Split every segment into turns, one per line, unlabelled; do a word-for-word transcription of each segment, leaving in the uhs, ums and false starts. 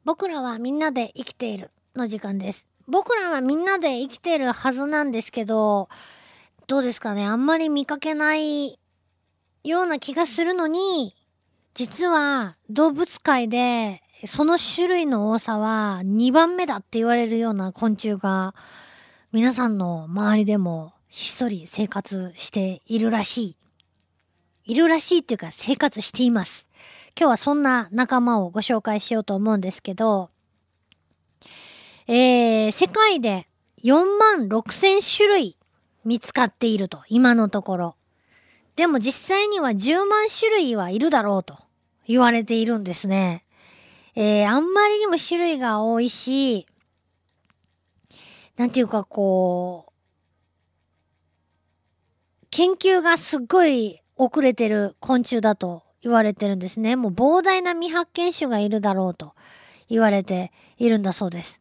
僕らはみんなで生きているの時間です。僕らはみんなで生きているはずなんですけど、どうですかね、あんまり見かけないような気がするのに、実は動物界でその種類の多さはにばんめだって言われるような昆虫が皆さんの周りでもひっそり生活しているらしい。いるらしいっていうか生活しています。今日はそんな仲間をご紹介しようと思うんですけど、えー、世界でよんまんろくせん種類見つかっていると、今のところ。でも実際にはじゅうまん種類はいるだろうと言われているんですね。えー、あんまりにも種類が多いし、なんていうかこう、研究がすっごい遅れてる昆虫だと言われてるんですね。もう膨大な未発見種がいるだろうと言われているんだそうです。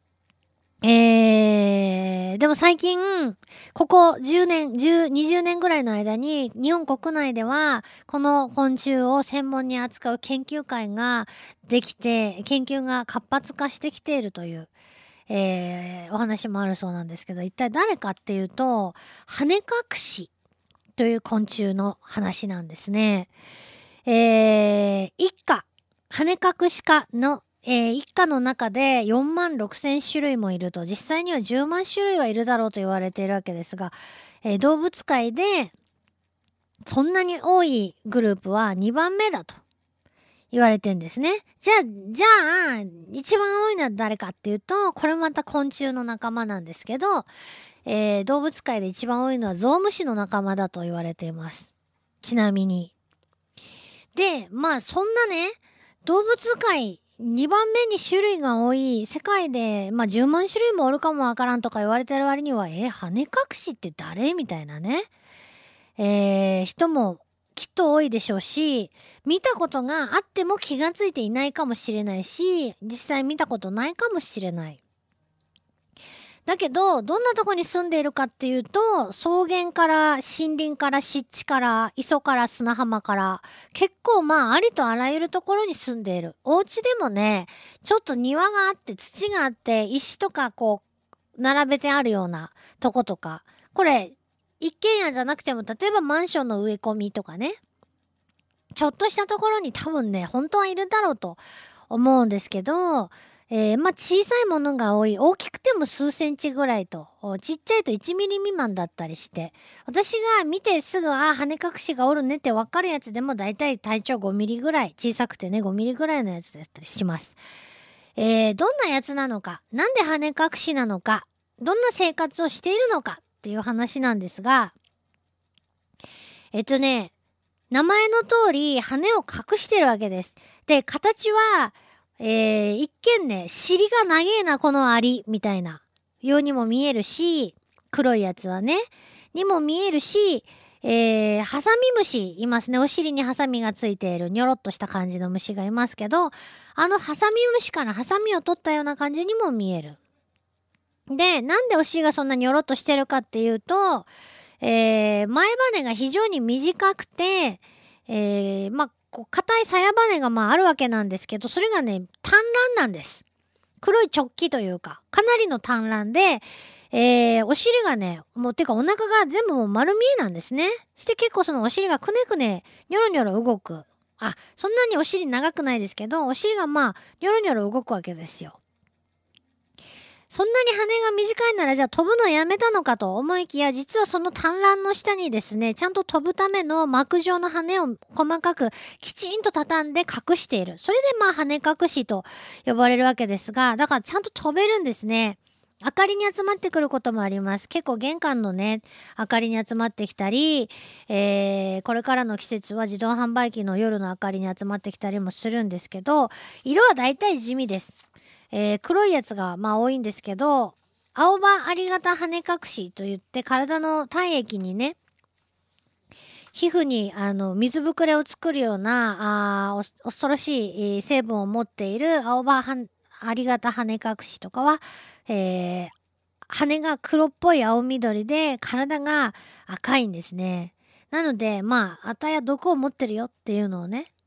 えー、でも最近、ここじゅうねん、じゅう、にじゅうねんぐらいの間に、日本国内では、この昆虫を専門に扱う研究会ができて、研究が活発化してきているという、えー、お話もあるそうなんですけど、一体誰かっていうと、羽隠しという昆虫の話なんですね。えー、一家、羽隠し科のえー、一家の中でよんまんろくせん種類もいると、実際にはじゅうまん種類はいるだろうと言われているわけですが、えー、動物界でそんなに多いグループはにばんめだと言われてんですね。じゃあ、じゃあ、一番多いのは誰かっていうと、これまた昆虫の仲間なんですけど、えー、動物界で一番多いのはゾウムシの仲間だと言われています。ちなみに。で、まあそんなね、動物界にばんめに種類が多い世界で、まあじゅうまん種類もおるかもわからんとか言われてる割には、え、羽隠しって誰みたいなね。えー、人もきっと多いでしょうし、見たことがあっても気がついていないかもしれないし、実際見たことないかもしれない。だけど、どんなとこに住んでいるかっていうと、草原から森林から湿地から磯から砂浜から、結構まあありとあらゆるところに住んでいる。お家でもね、ちょっと庭があって土があって石とかこう並べてあるようなとことか、これ一軒家じゃなくても例えばマンションの植え込みとかね、ちょっとしたところに多分ね、本当はいるだろうと思うんですけど、えー、まあ小さいものが多い。大きくても数センチぐらいと、ちっちゃいといちミリ未満だったりして、私が見てすぐ、ああ、羽隠しがおるねってわかるやつでもだいたい体長ごミリぐらい、小さくてね、ごミリぐらいのやつだったりします。えー、どんなやつなのか、なんで羽隠しなのか、どんな生活をしているのかっていう話なんですが、えっとね、名前の通り羽を隠してるわけです。で、形は、えー、一見ね、尻が長えな、このアリ、みたいな、ようにも見えるし、黒いやつはね、にも見えるし、えー、ハサミムシいますね。お尻にハサミがついている、ニョロっとした感じの虫がいますけど、あのハサミムシからハサミを取ったような感じにも見える。で、なんでお尻がそんなニョロっとしてるかっていうと、えー、前羽が非常に短くて、えー、まあ、こう、硬い鞘羽がまああるわけなんですけど、それがね、単乱なんです。黒い直帰というか、かなりの単乱で、えー、お尻がね、もうてかお腹が全部もう丸見えなんですね。して結構そのお尻がくねくね、ニョロニョロ動く。あ、そんなにお尻長くないですけど、お尻がまあ、ニョロニョロ動くわけですよ。そんなに羽が短いならじゃあ飛ぶのやめたのかと思いきや、実はその単乱の下にですね、ちゃんと飛ぶための膜状の羽を細かくきちんと畳んで隠している。それでまあ羽隠しと呼ばれるわけですが、だからちゃんと飛べるんですね。明かりに集まってくることもあります。結構玄関のね、明かりに集まってきたり、えー、これからの季節は自動販売機の夜の明かりに集まってきたりもするんですけど、色はだいたい地味です。えー、黒いやつがまあ多いんですけど、青葉ありがた羽隠しと言って体の体液にね、皮膚にあの水ぶくれを作るようなあ恐ろしい、えー、成分を持っている青葉ありがた羽隠しとかは、えー、羽が黒っぽい青緑で体が赤いんですね。なのでまああたや毒を持ってるよっていうのをね、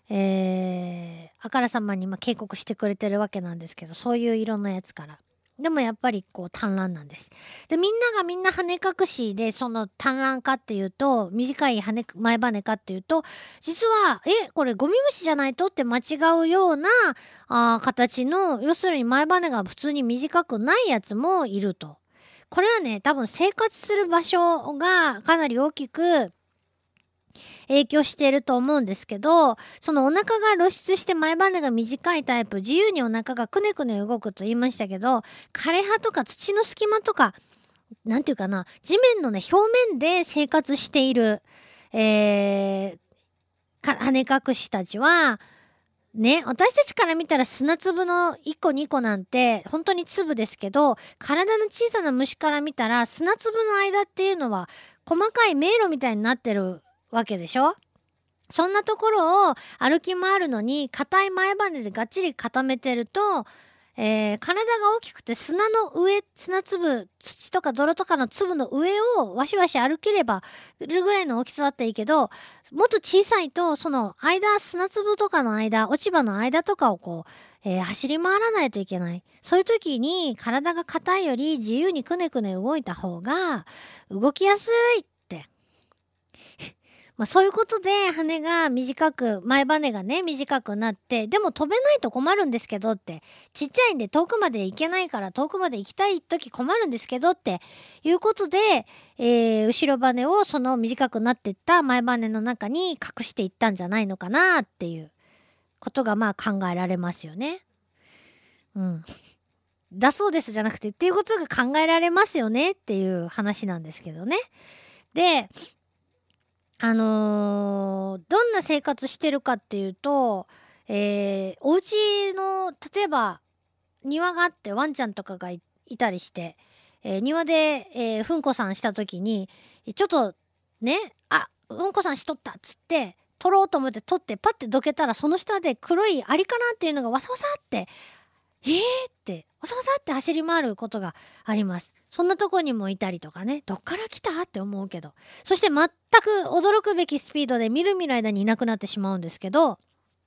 えー、あからさまにまあ警告してくれてるわけなんですけど、そういう色のやつから。でもやっぱりこう短乱なんです。で、みんながみんな羽隠しで、その短乱かっていうと、短い羽、前羽かっていうと、実は、え、これゴミ虫じゃないとって間違うような、あー形の、要するに前羽が普通に短くないやつもいると。これはね、多分生活する場所がかなり大きく、影響していると思うんですけど、そのお腹が露出して前羽が短いタイプ、自由にお腹がくねくね動くと言いましたけど、枯葉とか土の隙間とか、なんていうかな、地面のね、表面で生活している、えー、か羽隠したちは、ね、私たちから見たら砂粒のいっこにこなんて本当に粒ですけど、体の小さな虫から見たら砂粒の間っていうのは細かい迷路みたいになってるわけでしょ。そんなところを歩き回るのに硬い前羽でがっちり固めてると、えー体が大きくて砂の上、砂粒、土とか泥とかの粒の上をわしわし歩ければるぐらいの大きさだったらいいけど、もっと小さいとその間、砂粒とかの間、落ち葉の間とかをこう、えー走り回らないといけない。そういう時に体が硬いより自由にくねくね動いた方が動きやすいって。まあそういうことで羽が短く、前羽がね、短くなって、でも飛べないと困るんですけどって、ちっちゃいんで遠くまで行けないから遠くまで行きたい時困るんですけどっていうことで、えー後ろ羽をその短くなっていった前羽の中に隠していったんじゃないのかなっていうことがまあ考えられますよね。うん。だそうですじゃなくてっていうことが考えられますよねっていう話なんですけどね。で、あのーどんな生活してるかっていうと、えーお家の、例えば、庭があってワンちゃんとかがい、いたりして、えー庭で、えーふんこさんした時に、ちょっと、ね、あ、うんこさんしとったっつって、取ろうと思って取ってパッてどけたらその下で黒いアリかなっていうのがわさわさってえーってわさわさって走り回ることがあります。そんなとこにもいたりとかね、どっから来たって思うけど、そして全く驚くべきスピードでみるみる間にいなくなってしまうんですけど、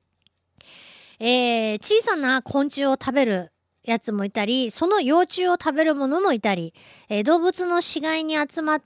えー、小さな昆虫を食べるやつもいたり、その幼虫を食べるものもいたり、えー動物の死骸に集まって、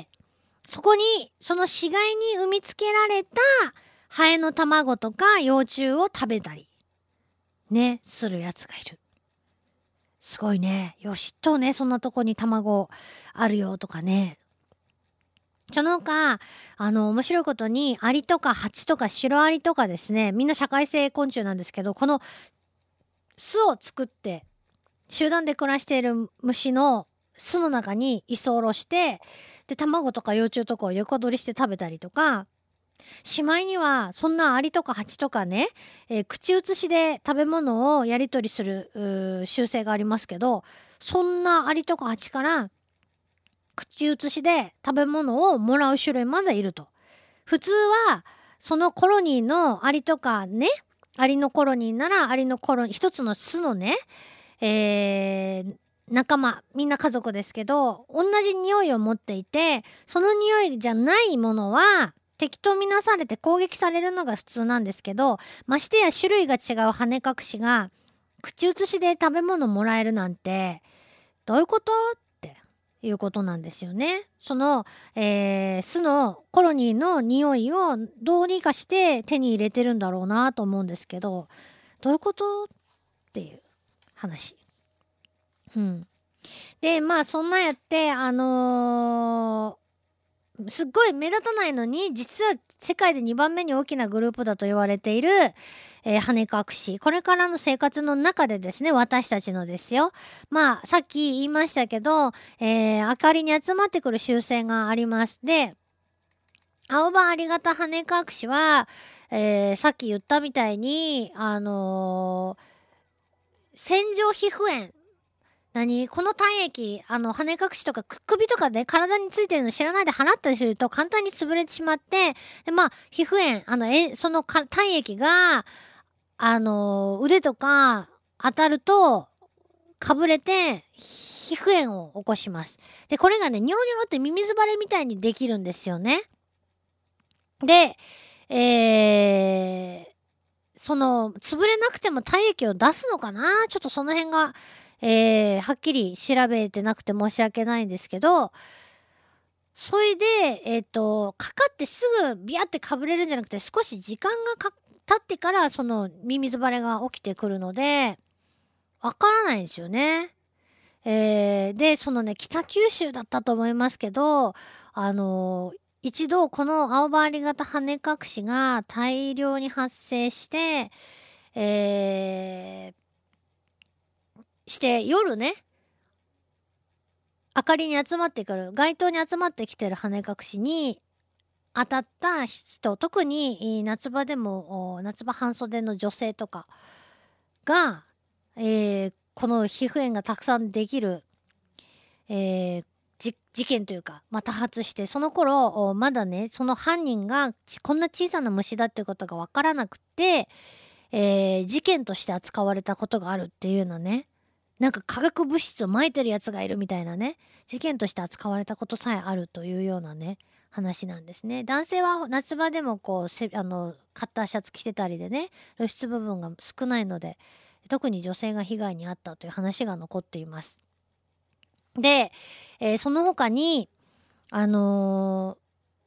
そこに、その死骸に産みつけられたハエの卵とか幼虫を食べたり、ね、するやつがいる。すごいね。よしっとうね、そんなとこに卵あるよとかね。その他、あの、面白いことに、アリとかハチとかシロアリとかですね、みんな社会性昆虫なんですけど、この巣を作って、集団で暮らしている虫の巣の中に居候して、で、卵とか幼虫とかを横取りして食べたりとか、しまいには、そんなアリとかハチとかね、えー口移しで食べ物をやり取りするうー習性がありますけど、そんなアリとかハチから口移しで食べ物をもらう種類までいると。普通は、そのコロニーのアリとかね、アリのコロニーならアリのコロニー、一つの巣のね、えー仲間、みんな家族ですけど、同じ匂いを持っていて、その匂いじゃないものは、敵とみなされて攻撃されるのが普通なんですけど、ましてや種類が違う羽隠しが、口移しで食べ物もらえるなんて、どういうことっていうことなんですよね。その、えー巣のコロニーの匂いをどうにかして手に入れてるんだろうなと思うんですけど、どういうことっていう話。うん。で、まあそんなんやって、あのーすっごい目立たないのに、実は世界でにばんめに大きなグループだと言われている、えー羽隠し。これからの生活の中でですね、私たちのですよ。まあ、さっき言いましたけど、えー明かりに集まってくる習性があります。で、青葉ありがた羽隠しは、えーさっき言ったみたいに、あのー線状皮膚炎。何この体液、あの、羽隠しとかく首とかで体についてるの知らないで払ったりすると簡単に潰れてしまって、で、まあ、皮膚炎、あの、え、そのか体液が、あの、腕とか当たると、かぶれて、皮膚炎を起こします。で、これがね、ニョロニョロってミミズバレみたいにできるんですよね。で、 えー、その潰れなくても体液を出すのかな、ちょっとその辺が、えー、はっきり調べてなくて申し訳ないんですけど、それで、えっと、かかってすぐビヤってかぶれるんじゃなくて、少し時間がか経ってからそのミミズバレが起きてくるので、わからないんですよね。えー、で、そのね、北九州だったと思いますけど、あのー一度この青葉有型羽隠しが大量に発生して、えー、して夜ね、明かりに集まってくる、街灯に集まってきてる羽隠しに当たった人、特に夏場でも、夏場半袖の女性とかが、えー、この皮膚炎がたくさんできる、えー、事件というか、まあ、多発して、その頃まだね、その犯人がこんな小さな虫だっていうことが分からなくて、えー、事件として扱われたことがあるっていうようなね、なんか化学物質を撒いてるやつがいるみたいなね、事件として扱われたことさえあるというようなね、話なんですね。男性は夏場でもこうせあのカッターシャツ着てたりでね、露出部分が少ないので、特に女性が被害に遭ったという話が残っています。で、えー、その他にあの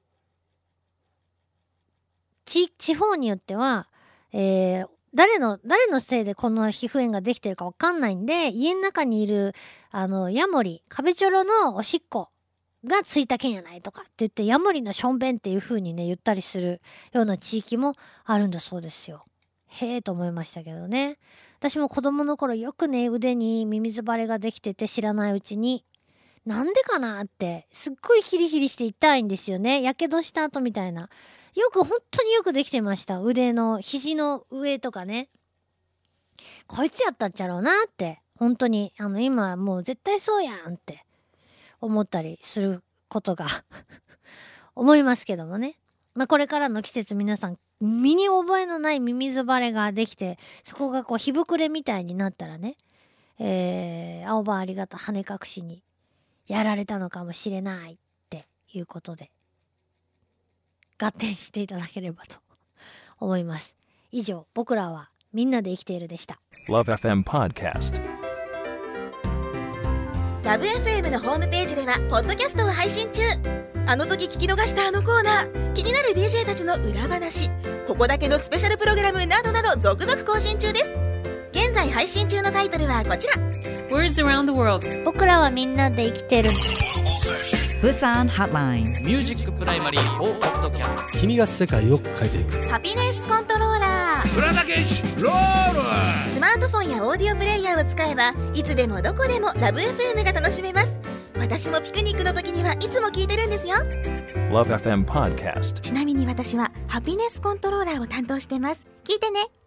ー、地地方によっては、えー、誰の誰のせいでこの皮膚炎ができてるかわかんないんで、家の中にいるあのヤモリ、壁チョロのおしっこがついたけんやないとかって言って、ヤモリのしょんべんっていう風にね言ったりするような地域もあるんだそうですよ。へえと思いましたけどね。私も子供の頃よくね、腕にミミズバレができてて、知らないうちになんでかなってすっごいヒリヒリして痛いんですよね。やけどした後みたいな。よく本当によくできてました。腕の肘の上とかね。こいつやったっちゃろうなって本当にあの今もう絶対そうやんって思ったりすることが思いますけどもね。まあこれからの季節、皆さん身に覚えのないミミズバレができて、そこがこう火膨れみたいになったらね、えー、青葉ありがた羽隠しにやられたのかもしれないっていうことで合点していただければと思います。以上、僕らはみんなで生きているでした。
ラブエフエム Podcast。
ラブ エフエム のホームページではポッドキャストを配信中。あの時聞き逃したあのコーナー、気になる ディージェー たちの裏話、ここだけのスペシャルプログラムなどなど続々更新中です。現在配信中のタイトルはこちら。
Words around the world。
僕らはみんなで生きてる。
ブサンハッライン。
ミュージックプライマリーフォーポッドキャスト。
君が世界を変えていく。
ハピネスコントローラー。
浦田健士ロール。
スマートフォンやオーディオプレイヤーを使えばいつでもどこでもラブ エフエム が楽しめます。私もピクニックの時にはいつも聞いてるんですよ。
ラブエフエム Podcast。
ちなみに私はハピネスコントローラーを担当してます。聞いてね。